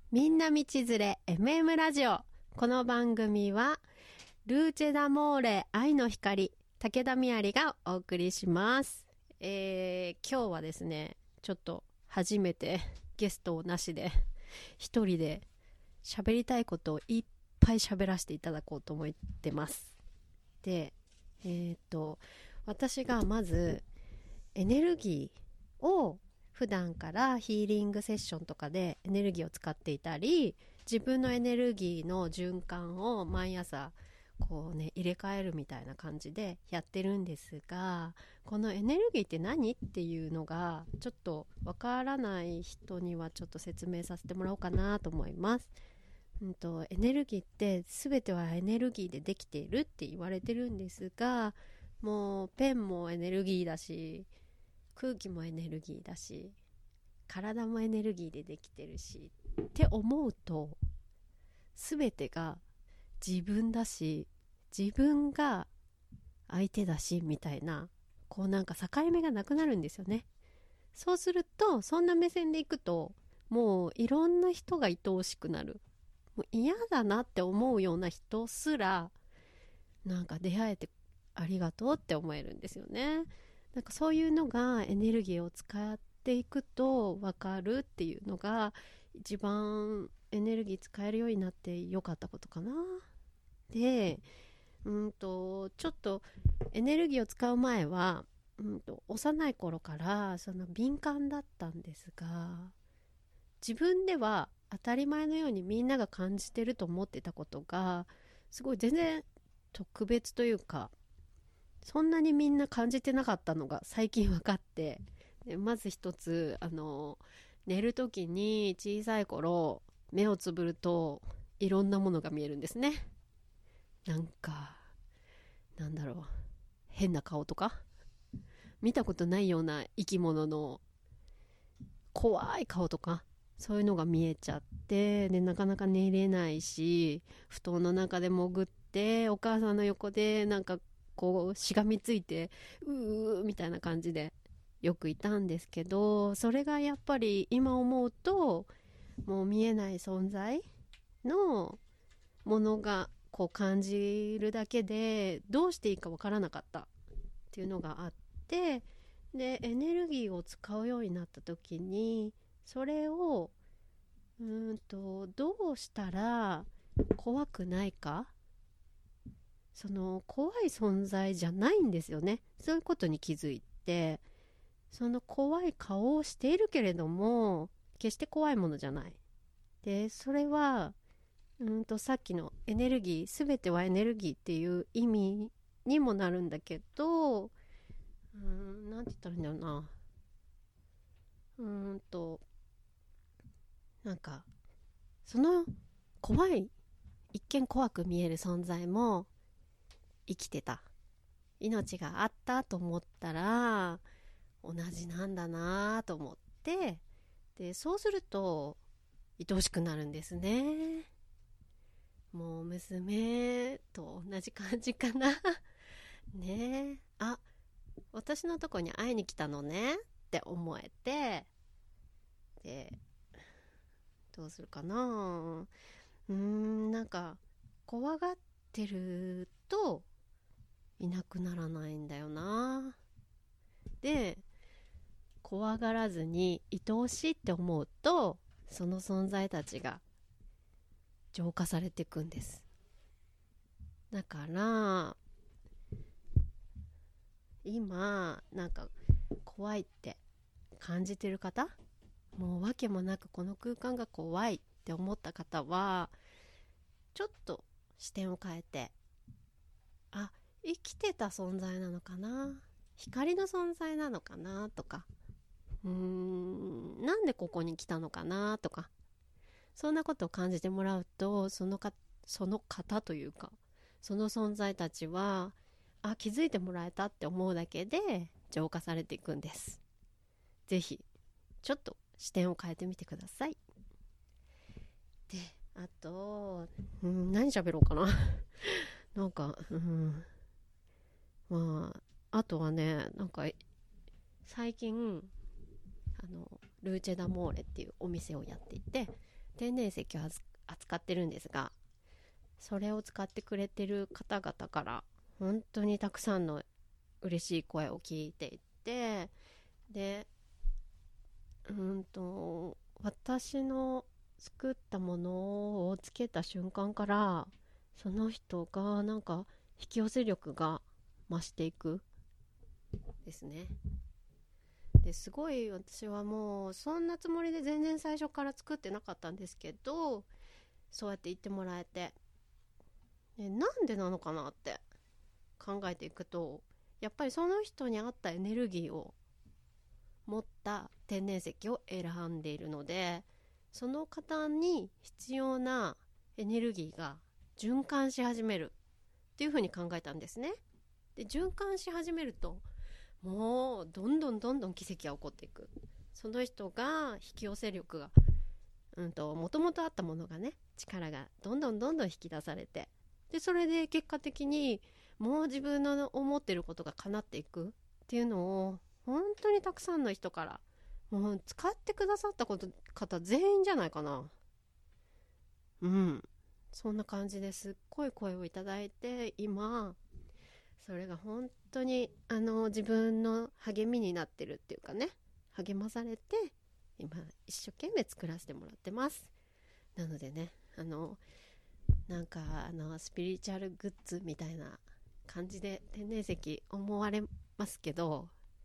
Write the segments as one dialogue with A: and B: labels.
A: みんな道連れ MM ラジオ。この番組はルーチェダモーレ愛の光武田みやりがお送りします。今日はですね、ちょっと初めてゲストなしで一人で喋りたいことをいっぱい喋らせていただこうと思ってます。で、私がまずエネルギーを普段からヒーリングセッションとかでエネルギーを使っていたり、自分のエネルギーの循環を毎朝こうね入れ替えるみたいな感じでやってるんですが、このエネルギーって何っていうのがちょっとわからない人にはちょっと説明させてもらおうかなと思います。エネルギーって全てはエネルギーでできているって言われてるんですが、もうペンもエネルギーだし、空気もエネルギーだし、体もエネルギーでできてるしって思うと、全てが自分だし、自分が相手だしみたいな、こうなんか境目がなくなるんですよね。そうすると、そんな目線でいくと、もういろんな人が愛おしくなる。もう嫌だなって思うような人すらなんか出会えてありがとうって思えるんですよね。なんかそういうのがエネルギーを使っていくと分かるっていうのが、一番エネルギー使えるようになってよかったことかな。で、ちょっとエネルギーを使う前は、幼い頃からその敏感だったんですが、自分では当たり前のようにみんなが感じてると思ってたことが、すごい全然特別というか、そんなにみんな感じてなかったのが最近分かって、でまず一つ、寝る時に小さい頃目をつぶるといろんなものが見えるんですね。なんか、なんだろう、変な顔とか、見たことないような生き物の怖い顔とか、そういうのが見えちゃって、でなかなか寝れないし、布団の中で潜ってお母さんの横でなんかこうしがみついてみたいな感じでよくいたんですけど、それがやっぱり今思うと、もう見えない存在のものがこう感じるだけでどうしていいかわからなかったっていうのがあって、でエネルギーを使うようになった時に、それをどうしたら怖くないか、その怖い存在じゃないんですよね。そういうことに気づいて、その怖い顔をしているけれども決して怖いものじゃない。でそれはさっきのエネルギー、全てはエネルギーっていう意味にもなるんだけど、なんて言ったらいいんだろうな。なんかその怖い、一見怖く見える存在も生きてた、命があったと思ったら同じなんだなと思って、でそうすると愛おしくなるんですね。もう娘と同じ感じかなねえ、あ、私のとこに会いに来たのねって思えて、でどうするかな。なんか怖がってるといなくならないんだよな。で怖がらずに愛おしいって思うと、その存在たちが浄化されていくんです。だから今なんか怖いって感じてる方、もう訳もなくこの空間が怖いって思った方は、ちょっと視点を変えて、あ、生きてた存在なのかな、光の存在なのかなとか、なんでここに来たのかなとか、そんなことを感じてもらうと、その方というかその存在たちは、あ、気づいてもらえたって思うだけで浄化されていくんです。ぜひちょっと視点を変えてみてください。で、あと、何喋ろうかななんか、まあ、あとはね、なんか最近ルーチェダモーレっていうお店をやっていて、 天然石を扱ってるんですが、それを使ってくれてる方々から本当にたくさんの嬉しい声を聞いていて、で私の作ったものをつけた瞬間から、その人がなんか引き寄せ力が増していくですね。ですごい、私はもうそんなつもりで全然最初から作ってなかったんですけど、そうやって言ってもらえて、なんでなのかなって考えていくと、やっぱりその人に合ったエネルギーを持った天然石を選んでいるので、その方に必要なエネルギーが循環し始めるっていうふうに考えたんですね。で、循環し始めると、もうどんどんどんどん奇跡が起こっていく。その人が引き寄せ力がもともとあったものがね、力がどんどんどんどん引き出されて、でそれで結果的にもう自分の思ってることが叶っていくっていうのを、本当にたくさんの人から、もう使ってくださった方全員じゃないかな。そんな感じですっごい声をいただいて、今それが本当に自分の励みになってるっていうかね、励まされて今一生懸命作らせてもらってます。なのでね、なんかスピリチュアルグッズみたいな感じで天然石思われますけど、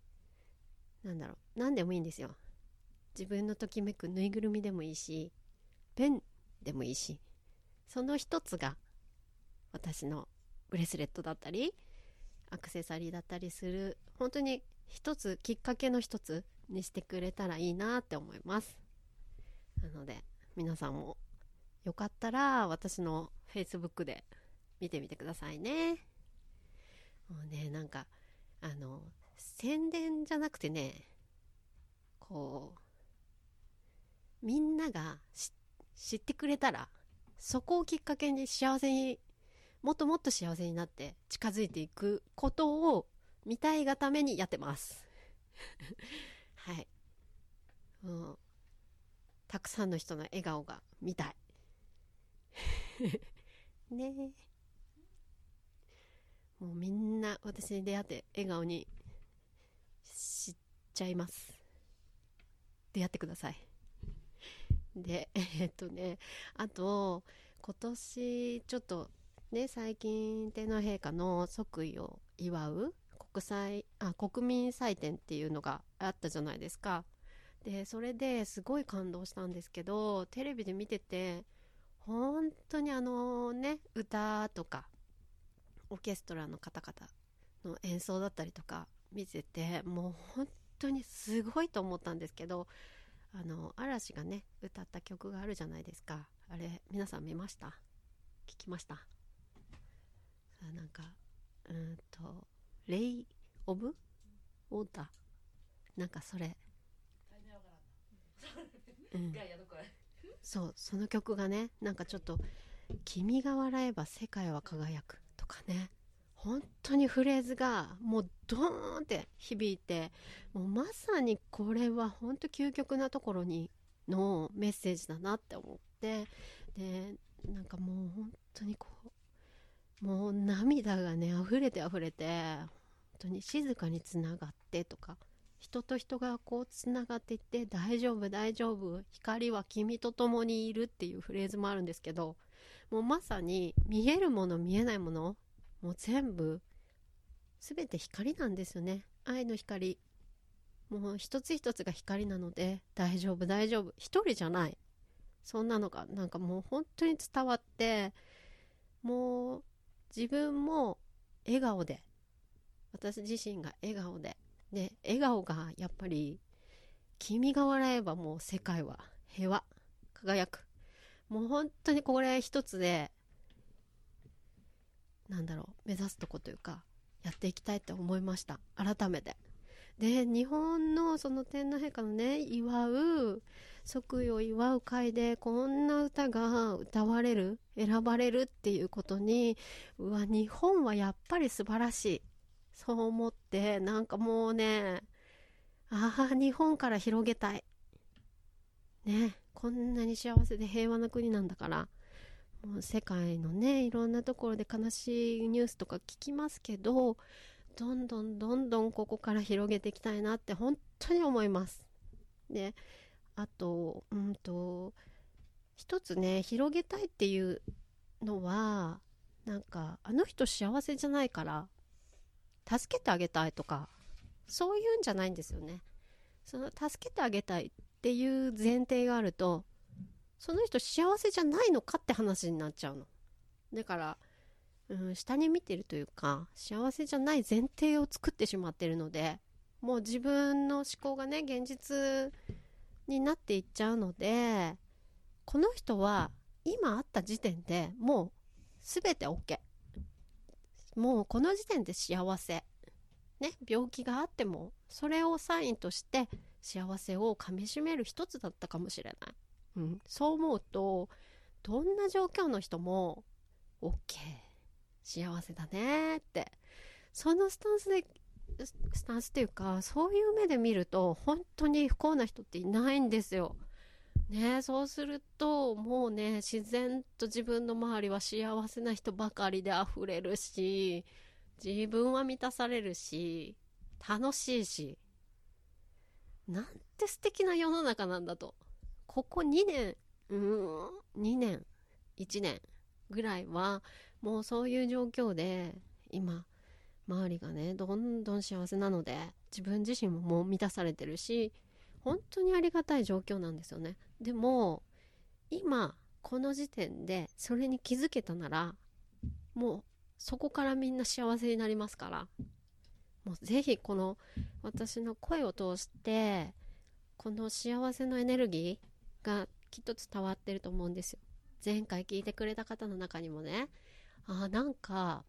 A: 何でもいいんですよ。自分のときめくぬいぐるみでもいいし、ペンでもいいし、その一つが私のブレスレットだったりアクセサリーだったりする、本当に一つ、きっかけの一つにしてくれたらいいなって思います。なので皆さんもよかったら私の Facebook で見てみてくださいね。もうね、なんか宣伝じゃなくてね、こうみんなが知ってくれたら、そこをきっかけに幸せに、もっともっと幸せになって近づいていくことを見たいがためにやってますはい、たくさんの人の笑顔が見たいね。もうみんな私に出会って笑顔にしちゃいます。出会ってください。であと今年ちょっとね、最近天皇陛下の即位を祝う国民祭典っていうのがあったじゃないですか。でそれですごい感動したんですけど、テレビで見てて本当に歌とかオーケストラの方々の演奏だったりとか見てて、もう本当にすごいと思ったんですけど、嵐がね歌った曲があるじゃないですか。あれ皆さん見ました？聞きました？なんかレイ・オブ・ウォーター、なんかそれ、そう、その曲がね、なんかちょっと君が笑えば世界は輝くとかね、本当にフレーズがもうドーンって響いて、もうまさにこれは本当究極なところにのメッセージだなって思って、でなんかもう本当にもう涙がね溢れて本当に静かにつながってとか、人と人がこうつながっていって、大丈夫大丈夫、光は君と共にいるっていうフレーズもあるんですけど、もうまさに見えるもの見えないもの、もう全て光なんですよね。愛の光、もう一つ一つが光なので、大丈夫大丈夫、一人じゃない、そんなのがなんかもう本当に伝わって、もう自分も笑顔で、私自身が笑顔で、笑顔がやっぱり、君が笑えばもう世界は平和輝く、もう本当にこれ一つで目指すとこというかやっていきたいと思いました、改めて。で日本のその天皇陛下のね即位を祝う会でこんな歌が歌われる、選ばれるっていうことに、日本はやっぱり素晴らしい、そう思って、なんかもうね、日本から広げたいね、こんなに幸せで平和な国なんだから、もう世界のね、いろんなところで悲しいニュースとか聞きますけど、どんどんどんどんここから広げていきたいなって本当に思います。で、あと、一つね、広げたいっていうのは、なんか、あの人幸せじゃないから、助けてあげたいとか、そういうんじゃないんですよね。その、助けてあげたいっていう前提があると、その人幸せじゃないのかって話になっちゃうの。だから、下に見てるというか、幸せじゃない前提を作ってしまってるので、もう自分の思考がね、現実になっていっちゃうので、この人は今あった時点でもう全て OK。もうこの時点で幸せ。ね、病気があっても、それをサインとして幸せをかみしめる一つだったかもしれない。そう思うと、どんな状況の人も OK、幸せだねって、そのスタンスっていうか、そういう目で見ると本当に不幸な人っていないんですよね。そうするともうね、自然と自分の周りは幸せな人ばかりで溢れるし、自分は満たされるし、楽しいし、なんて素敵な世の中なんだと。ここ2年1年ぐらいはもうそういう状況で、今周りがねどんどん幸せなので、自分自身ももう満たされてるし、本当にありがたい状況なんですよね。でも今この時点でそれに気づけたなら、もうそこからみんな幸せになりますから、もうぜひこの私の声を通してこの幸せのエネルギーがきっと伝わってると思うんですよ。前回聞いてくれた方の中にもね、なんか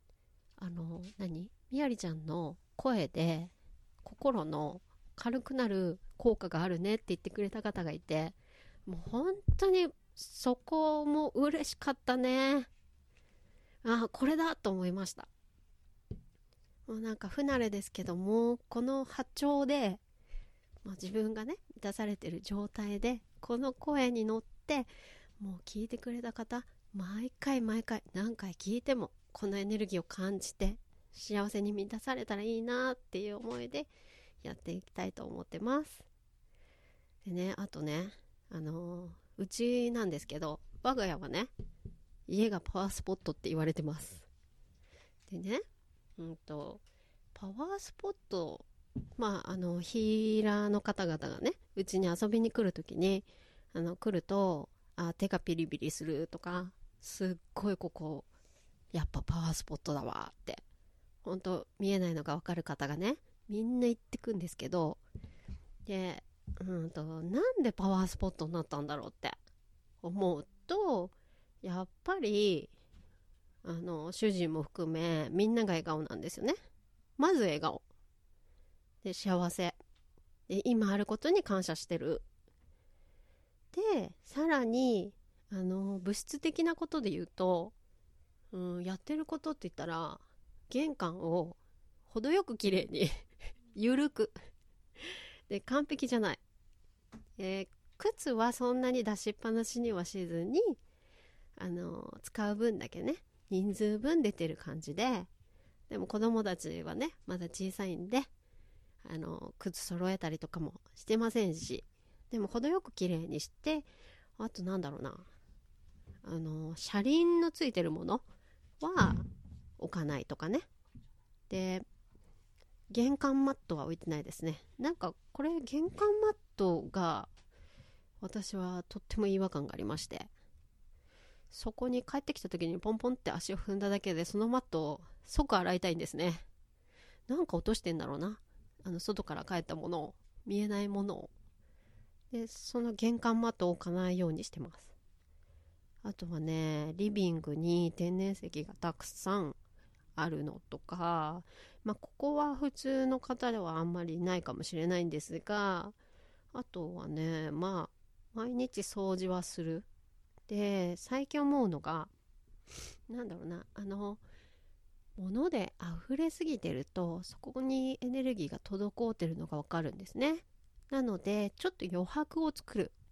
A: みやりちゃんの声で心の軽くなる効果があるねって言ってくれた方がいて、もう本当にそこも嬉しかったね。これだと思いました。もうなんか不慣れですけども、この波長で、自分がね満たされてる状態でこの声に乗って、もう聞いてくれた方、毎回毎回何回聞いてもこのエネルギーを感じて幸せに満たされたらいいなっていう思いでやっていきたいと思ってます。でね、あとね、うちなんですけど、我が家はね、家がパワースポットって言われてます。でね、パワースポット、ヒーラーの方々がね、うちに遊びに来るときに、来ると、手がピリピリするとか、すっごいここ、やっぱパワースポットだわって、本当見えないのが分かる方がね、みんな言ってくんですけど、で、なんでパワースポットになったんだろうって思うと、やっぱり、主人も含め、みんなが笑顔なんですよね。まず笑顔。で、幸せ。で、今あることに感謝してる。で、さらに、物質的なことで言うと、やってることって言ったら、玄関を程よく綺麗にゆるくで、完璧じゃない、靴はそんなに出しっぱなしにはしずに、使う分だけね、人数分出てる感じで、でも子供たちはねまだ小さいんで、靴揃えたりとかもしてませんし、でも程よく綺麗にして、あとなんだろうな、車輪のついてるものは置かないとかね。で、玄関マットは置いてないですね。なんかこれ玄関マットが私はとっても違和感がありまして、そこに帰ってきた時にポンポンって足を踏んだだけでそのマットを即洗いたいんですね。なんか落としてんだろうな、外から帰ったものを、見えないものを。で、その玄関マットを置かないようにしてます。あとはね、リビングに天然石がたくさんあるのとか、ここは普通の方ではあんまりないかもしれないんですが、あとはね、毎日掃除はする。で、最近思うのが、なんだろうな、物で溢れすぎてると、そこにエネルギーが滞ってるのがわかるんですね。なので、ちょっと余白を作る。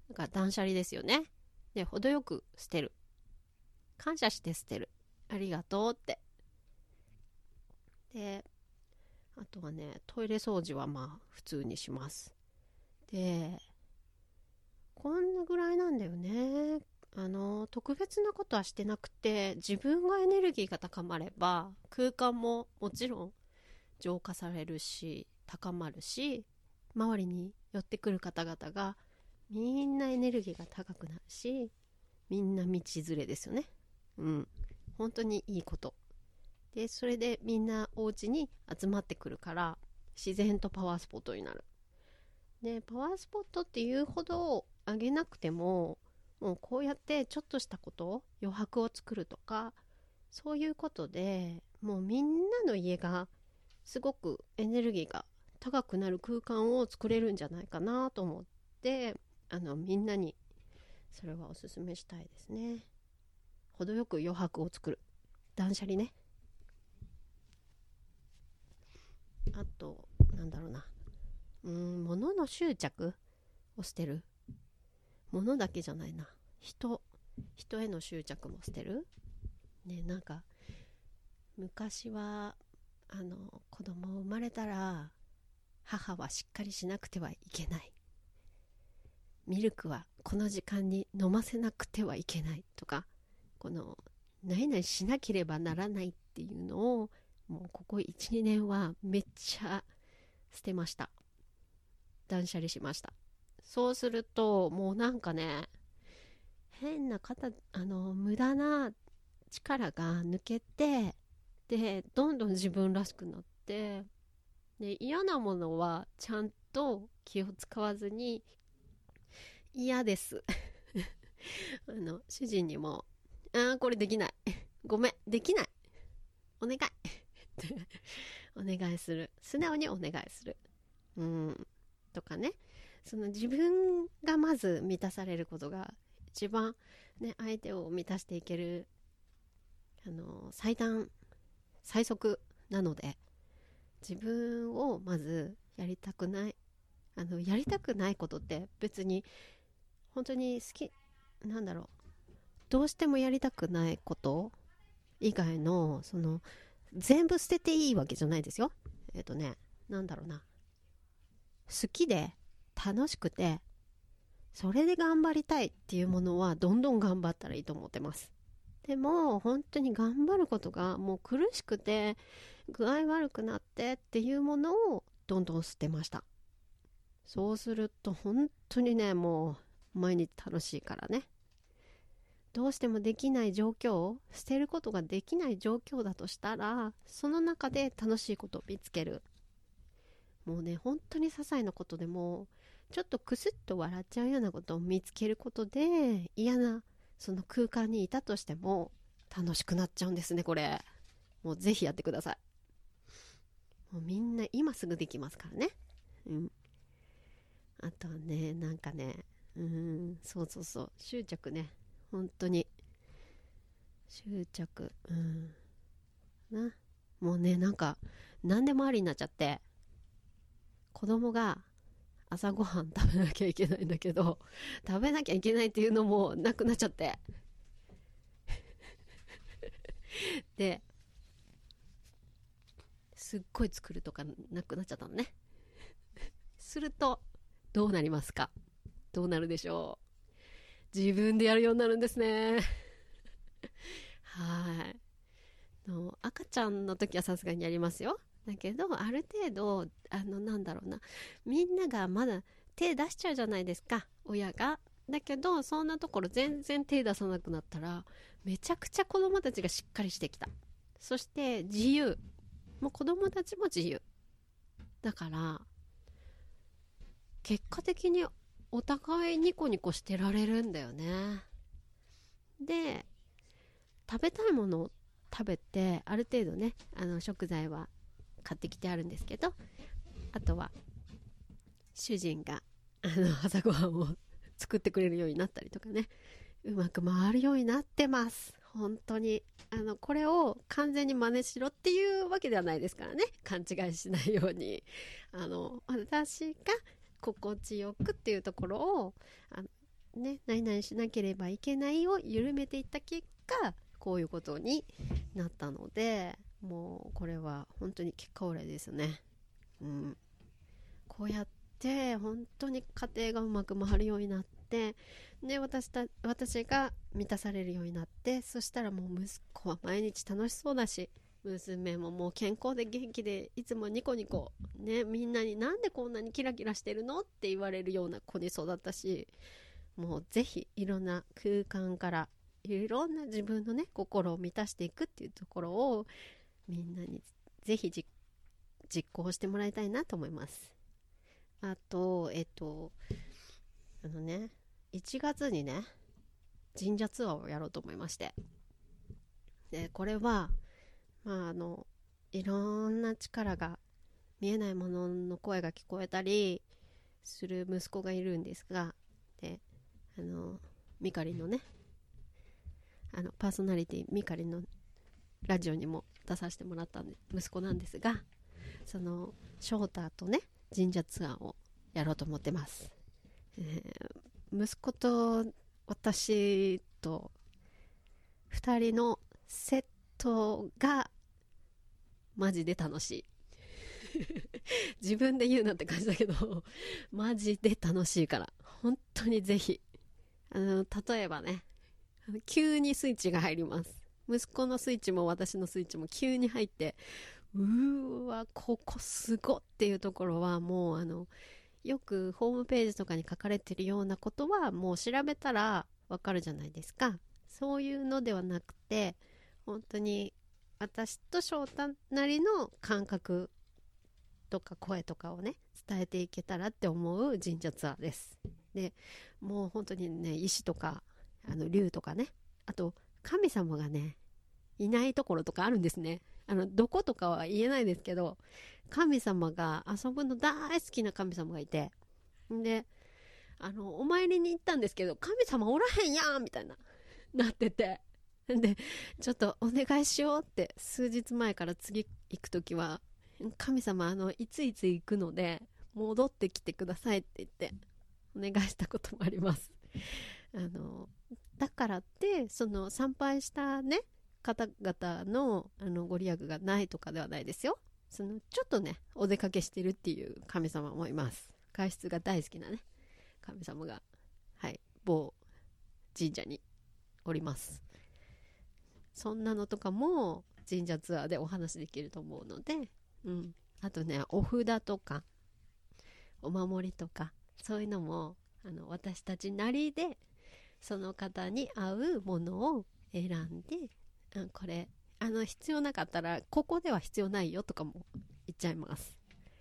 A: だから断捨離ですよね。で、程よく捨てる。感謝して捨てる。ありがとうって。で、あとはね、トイレ掃除はまあ普通にします。で、こんなぐらいなんだよね。特別なことはしてなくて、自分がエネルギーが高まれば、空間ももちろん浄化されるし、高まるし、周りに寄ってくる方々がみんなエネルギーが高くなるし、みんな道連れですよね。うん。本当にいいこと。で、それでみんなお家に集まってくるから、自然とパワースポットになる。で、パワースポットっていうほど上げなくても、もうこうやってちょっとしたこと、余白を作るとか、そういうことでもうみんなの家がすごくエネルギーが高くなる空間を作れるんじゃないかなと思って、みんなにそれはおすすめしたいですね。程よく余白を作る。断捨離ね。あと、なんだろうな。物の執着を捨てる。物だけじゃないな。人への執着も捨てる。ね、なんか、昔は、子供生まれたら、母はしっかりしなくてはいけない。ミルクはこの時間に飲ませなくてはいけないとか、この、何々しなければならないっていうのを、もうここ1、2年はめっちゃ捨てました。断捨離しました。そうすると、もうなんかね、変な無駄な力が抜けて、で、どんどん自分らしくなって、で、嫌なものはちゃんと気を使わずに、嫌です。主人にも、これできない。ごめん、できない。お願い。ってお願いする。素直にお願いする。とかね。その自分がまず満たされることが一番ね、相手を満たしていける、最速なので、自分をまずやりたくない。やりたくないことって別に本当に好き、なんだろう。どうしてもやりたくないこと以外の、全部捨てていいわけじゃないですよ。なんだろうな。好きで楽しくて、それで頑張りたいっていうものはどんどん頑張ったらいいと思ってます。でも本当に頑張ることがもう苦しくて具合悪くなってっていうものをどんどん捨てました。そうすると本当にね、もう毎日楽しいからね。どうしてもできない状況、捨てることができない状況だとしたら、その中で楽しいことを見つける。もうね、本当に些細なことでもちょっとクスッと笑っちゃうようなことを見つけることで、嫌なその空間にいたとしても楽しくなっちゃうんですね、これ。もうぜひやってください。もうみんな今すぐできますからね。あとはね、なんかね、そうそうそう、執着ね。本当に執着、もうね、なんか何でもありになっちゃって、子供が朝ごはん食べなきゃいけないんだけど、食べなきゃいけないっていうのもなくなっちゃってですっごい作るとかなくなっちゃったのね。するとどうなりますか？どうなるでしょう？自分でやるようになるんですね。はい。赤ちゃんの時はさすがにやりますよ。だけどある程度なんだろうな、みんながまだ手出しちゃうじゃないですか、親が。だけどそんなところ全然手出さなくなったら、めちゃくちゃ子供たちがしっかりしてきた。そして自由、もう子供たちも自由だから、結果的にお互いニコニコしてられるんだよね。で、食べたいものを食べて、ある程度ね、食材は買ってきてあるんですけど、あとは主人が朝ごはんを作ってくれるようになったりとかね、うまく回るようになってます。本当にこれを完全に真似しろっていうわけではないですからね、勘違いしないように。私が心地よくっていうところをね、何々しなければいけないを緩めていった結果、こういうことになったので、もうこれは本当に結果オーライですよね。こうやって本当に家庭がうまく回るようになって、で私が満たされるようになって、そしたらもう息子は毎日楽しそうだし、娘ももう健康で元気で、いつもニコニコね、みんなになんでこんなにキラキラしてるのって言われるような子に育ったし、もうぜひいろんな空間からいろんな自分のね心を満たしていくっていうところをみんなにぜひ実行してもらいたいなと思います。あと1月にね神社ツアーをやろうと思いまして、でこれは、いろんな力が、見えないものの声が聞こえたりする息子がいるんですが、でミカリのねパーソナリティミカリのラジオにも出させてもらった息子なんですが、その翔太とね神社ツアーをやろうと思ってます。息子と私と2人のセットがマジで楽しい自分で言うなって感じだけどマジで楽しいから本当にぜひ例えばね、急にスイッチが入ります。息子のスイッチも私のスイッチも急に入って、ここすごっていうところはもうよくホームページとかに書かれてるようなことはもう調べたらわかるじゃないですか。そういうのではなくて、本当に私と翔太なりの感覚とか声とかをね伝えていけたらって思う神社ツアーです。でもう本当にね、石とか竜とかね、あと神様がねいないところとかあるんですね。どことかは言えないですけど、神様が遊ぶの大好きな神様がいて、でお参りに行ったんですけど神様おらへんやんみたいななってて、でちょっとお願いしようって数日前から次行くときは、神様いついつ行くので戻ってきてくださいって言ってお願いしたこともあります。だからってその参拝したね方々のご利益がないとかではないですよ。ちょっとねお出かけしてるっていう神様もいます。外出が大好きなね神様が、某神社におります。そんなのとかも神社ツアーでお話できると思うので、あとねお札とかお守りとかそういうのも私たちなりでその方に合うものを選んで、これ必要なかったらここでは必要ないよとかも言っちゃいます。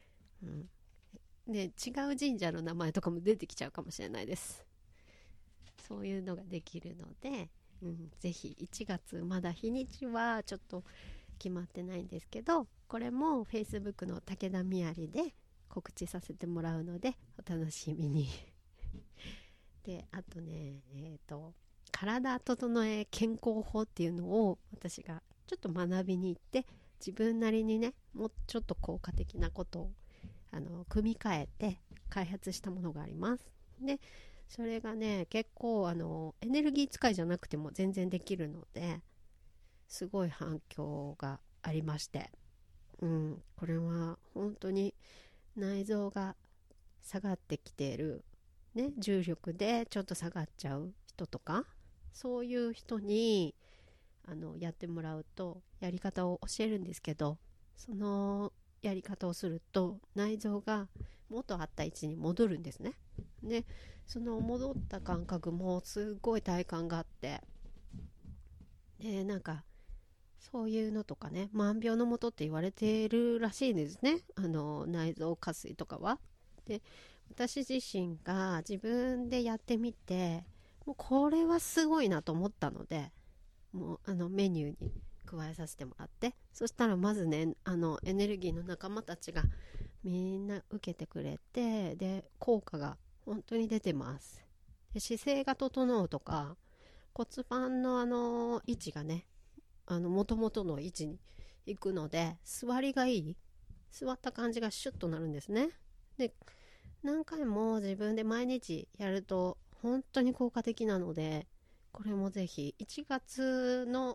A: で違う神社の名前とかも出てきちゃうかもしれないです。そういうのができるので、ぜひ1月まだ日にちはちょっと決まってないんですけど、これも Facebook の武田みやりで告知させてもらうのでお楽しみにであとね体整え健康法っていうのを私がちょっと学びに行って、自分なりにねもうちょっと効果的なことを組み替えて開発したものがあります。でそれがね結構エネルギー使いじゃなくても全然できるのですごい反響がありまして、これは本当に内臓が下がってきている、重力でちょっと下がっちゃう人とか、そういう人にやってもらうとやり方を教えるんですけど、そのやり方をすると内臓が元あった位置に戻るんですね。でその戻った感覚もすごい体感があって、でなんかそういうのとかね、万病のもとって言われているらしいんですね、内臓下垂とかは。で私自身が自分でやってみて、もうこれはすごいなと思ったので、もうメニューに加えさせてもらって、そしたらまずねエネルギーの仲間たちがみんな受けてくれて、で効果が本当に出てます。で姿勢が整うとか、骨盤の位置がね元々の位置に行くので、座りがいい、座った感じがシュッとなるんですね。で何回も自分で毎日やると本当に効果的なので、これもぜひ1月の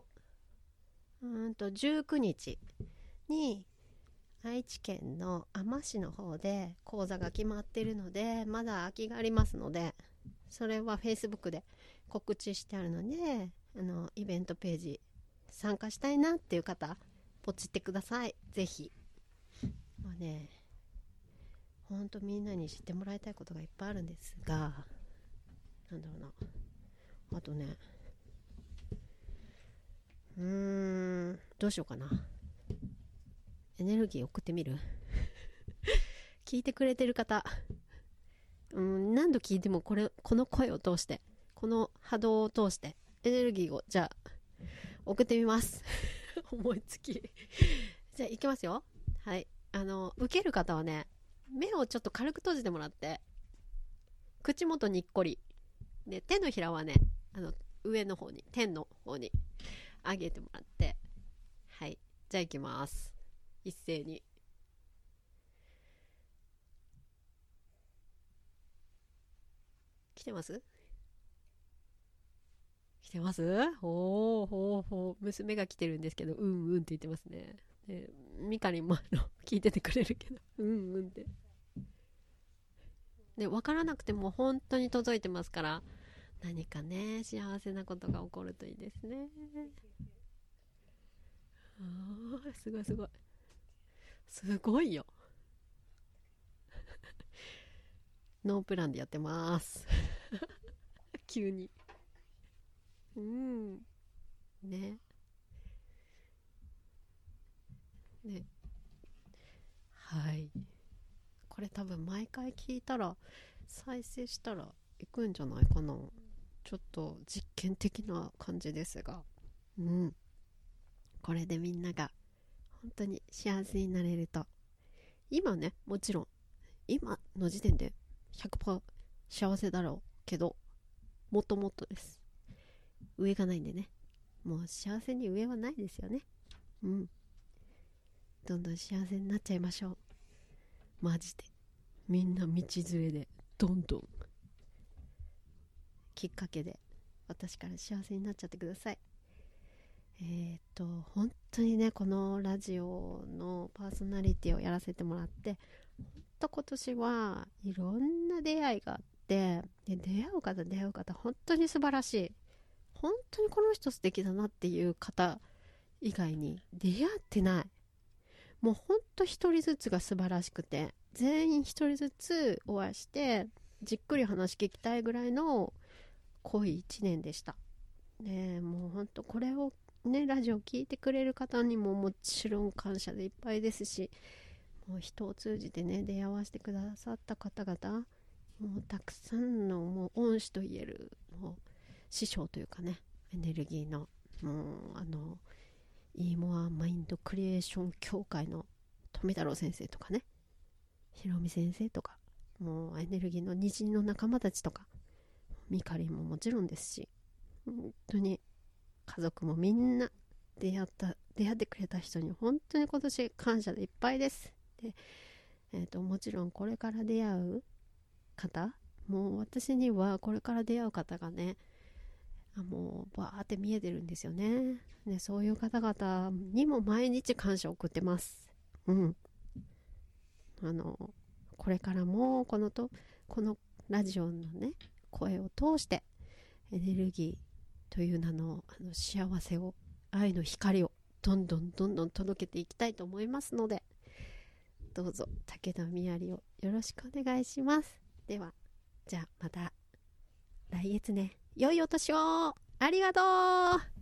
A: 19日に愛知県のあま市の方で講座が決まっているので、まだ空きがありますので、それは Facebook で告知してあるので、イベントページ参加したいなっていう方ポチってください。ぜひ。もうね、ほんとみんなに知ってもらいたいことがいっぱいあるんですが、なんだろうな、あとね、どうしようかな。エネルギー送ってみる聞いてくれてる方、何度聞いてもこの声を通して、この波動を通してエネルギーをじゃあ送ってみます思いつきじゃあいきますよ。はい、受ける方はね、目をちょっと軽く閉じてもらって、口元にっこりで、手のひらはね、上の方に、天の方に上げてもらって、はい、じゃあいきます。一斉に。来てます？来てます？ほうほうほう。娘が来てるんですけど、うんうんって言ってますね。でミカリンも聞いててくれるけど、うんうんって。で、分からなくても本当に届いてますから、何かね、幸せなことが起こるといいですね。すごいすごい。すごいよ。ノープランでやってます急に。ね。ね。はい。これ多分毎回聞いたら、再生したら行くんじゃないかな。ちょっと実験的な感じですが、これでみんなが本当に幸せになれると、今ね、もちろん今の時点で 100% 幸せだろうけど、もっともっとです。上がないんでね、もう幸せに上はないですよね。どんどん幸せになっちゃいましょう。マジでみんな道連れでどんどんきっかけで私から幸せになっちゃってください。本当にね、このラジオのパーソナリティをやらせてもらって、本当今年はいろんな出会いがあって、で出会う方本当に素晴らしい、本当にこの人素敵だなっていう方以外に出会ってない。もう本当一人ずつが素晴らしくて、全員一人ずつお会いしてじっくり話聞きたいぐらいの濃い1年でした。でもう本当これをね、ラジオ聞いてくれる方にももちろん感謝でいっぱいですし、もう人を通じてね、出会わせてくださった方々、もうたくさんのもう恩師といえる、もう師匠というかね、エネルギーのもうイーモアマインドクリエーション協会の富太郎先生とかね、ひろみ先生とか、もうエネルギーの虹の仲間たちとか、ミカリンももちろんですし、本当に家族もみんな出会ってくれた人に本当に今年感謝でいっぱいです。で、もちろんこれから出会う方、もう私にはこれから出会う方がね、もうバーって見えてるんですよね。でそういう方々にも毎日感謝を送ってます。これからもこのラジオのね、声を通してエネルギーという名の幸せを、愛の光をどんどん届けていきたいと思いますので、どうぞ武田みやりをよろしくお願いします。では、じゃあまた来月ね。良いお年を。ありがとう。